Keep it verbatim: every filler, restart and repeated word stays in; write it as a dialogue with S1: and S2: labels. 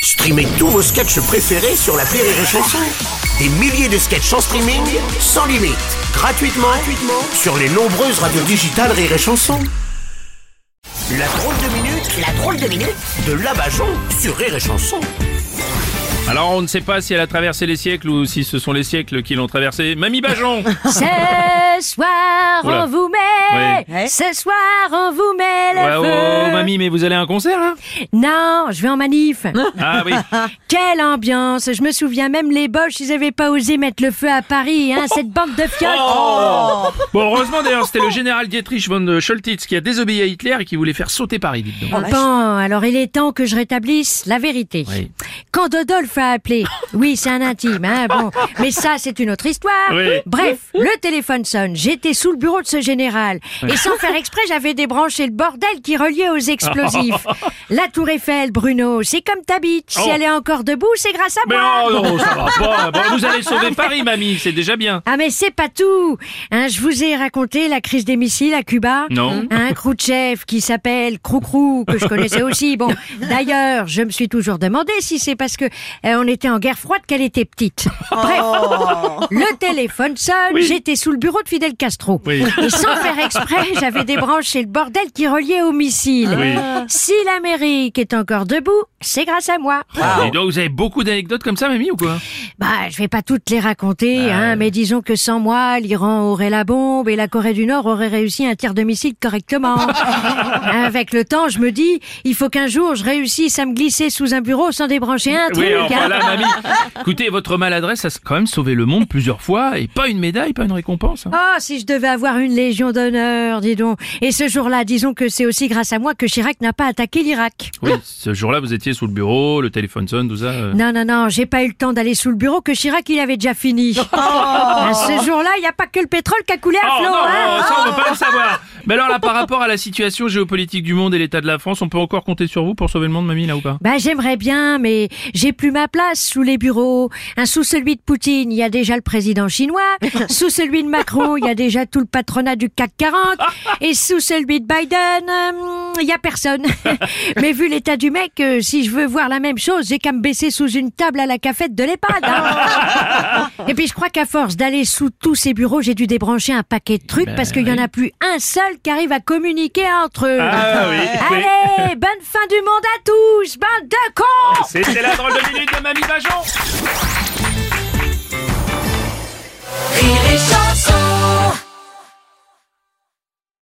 S1: Streamez tous vos sketchs préférés sur l'appli Rire et Chanson. Des milliers de sketchs en streaming, sans limite, gratuitement, gratuitement sur les nombreuses radios digitales Rire et Chanson. La drôle de minute, la drôle de minute de Labajon sur Rire et Chanson.
S2: Alors on ne sait pas si elle a traversé les siècles ou si ce sont les siècles qui l'ont traversée. Mamie Bajon.
S3: Ce soir
S2: Oula.
S3: on vous met,
S2: Oui.
S3: ce soir on vous met le
S2: Ouais,
S3: feu.
S2: oh, mamie, mais vous allez à un concert là?
S3: Non, je vais en manif.
S2: Ah oui.
S3: Quelle ambiance. Je me souviens même les Boches, ils avaient pas osé mettre le feu à Paris, hein, cette bande de fiottes.
S2: Oh. Bon, heureusement d'ailleurs, c'était le général Dietrich von Scholtitz qui a désobéi à Hitler et qui voulait faire sauter Paris, dites donc.
S3: Bon, alors il est temps que je rétablisse la vérité.
S2: Oui.
S3: Quand Dodolphe a appelé, oui, c'est un intime, hein, bon, mais ça, c'est une autre histoire.
S2: Oui.
S3: Bref, le téléphone sonne, j'étais sous le bureau de ce général, et sans faire exprès, j'avais débranché le bordel qui reliait aux explosifs. La Tour Eiffel, Bruno, c'est comme t'habites. Si
S2: Oh.
S3: elle est encore debout, c'est grâce à
S2: Mais
S3: moi.
S2: oh non, ça va pas. Bon, vous allez sauver Paris, mamie, c'est déjà bien.
S3: Ah mais c'est pas tout, hein, je vous ai raconté la crise des missiles à Cuba.
S2: Non.
S3: Un Khrouchtchev qui s'appelle Croucrou, que je connaissais aussi. Bon, d'ailleurs, je me suis toujours demandé si c'est parce que euh, on était en guerre froide qu'elle était petite. Bref, le téléphone sonne,
S2: Oui.
S3: j'étais sous le bureau de Fidel Castro.
S2: Oui.
S3: Et sans faire exprès, j'avais débranché le bordel qui reliait aux missiles.
S2: Oui.
S3: Si l'Amérique est encore debout, c'est grâce à moi.
S2: Et donc vous avez beaucoup d'anecdotes comme ça, mamie, ou quoi?
S3: Bah, je vais pas toutes les raconter, hein, mais disons que sans moi, l'Iran aurait la bombe et la Corée du Nord aurait réussi un tir de missile correctement. Avec le temps, je me dis, il faut qu'un jour je réussisse à me glisser sous un bureau sans débrancher un truc.
S2: Oui, enfin
S3: hein.
S2: là, mamie, écoutez, votre maladresse a quand même sauvé le monde plusieurs fois, et pas une médaille, pas une récompense. hein.
S3: Oh, si je devais avoir une légion d'honneur, dis donc. Et ce jour-là, disons que c'est aussi grâce à moi que Chirac n'a pas attaqué l'Irak.
S2: Oui, ce jour-là, vous étiez sous le bureau, le téléphone sonne, tout ça. euh.
S3: Non, non, non, j'ai pas eu le temps d'aller sous le bureau que Chirac, il avait déjà fini. À ce jour-là, il n'y a pas que le pétrole qui a coulé à
S2: Oh
S3: flot.
S2: non,
S3: hein.
S2: non, ça on veut pas le savoir. Mais alors là, par rapport à la situation géopolitique du monde et l'état de la France, on peut encore compter sur vous pour sauver le monde, mamie, là ou pas?
S3: Bah j'aimerais bien, mais j'ai plus ma place sous les bureaux. Hein, sous celui de Poutine, il y a déjà le président chinois. Sous celui de Macron, il y a déjà tout le patronat du C A C quarante. Et sous celui de Biden, euh, il y a personne. Mais vu l'état du mec, euh, si je veux voir la même chose, j'ai qu'à me baisser sous une table à la cafette de l'EHPAD. hein. Et puis je crois qu'à force d'aller sous tous ces bureaux, j'ai dû débrancher un paquet de trucs
S2: Ben
S3: parce qu'il y en
S2: oui.
S3: a plus un seul qui arrive à communiquer entre eux.
S2: Ah oui, oui.
S3: Allez, bonne fin du monde à tous, bande de cons!
S2: C'était la drôle de minute de mamie Bajon.
S4: Rire et Chanson.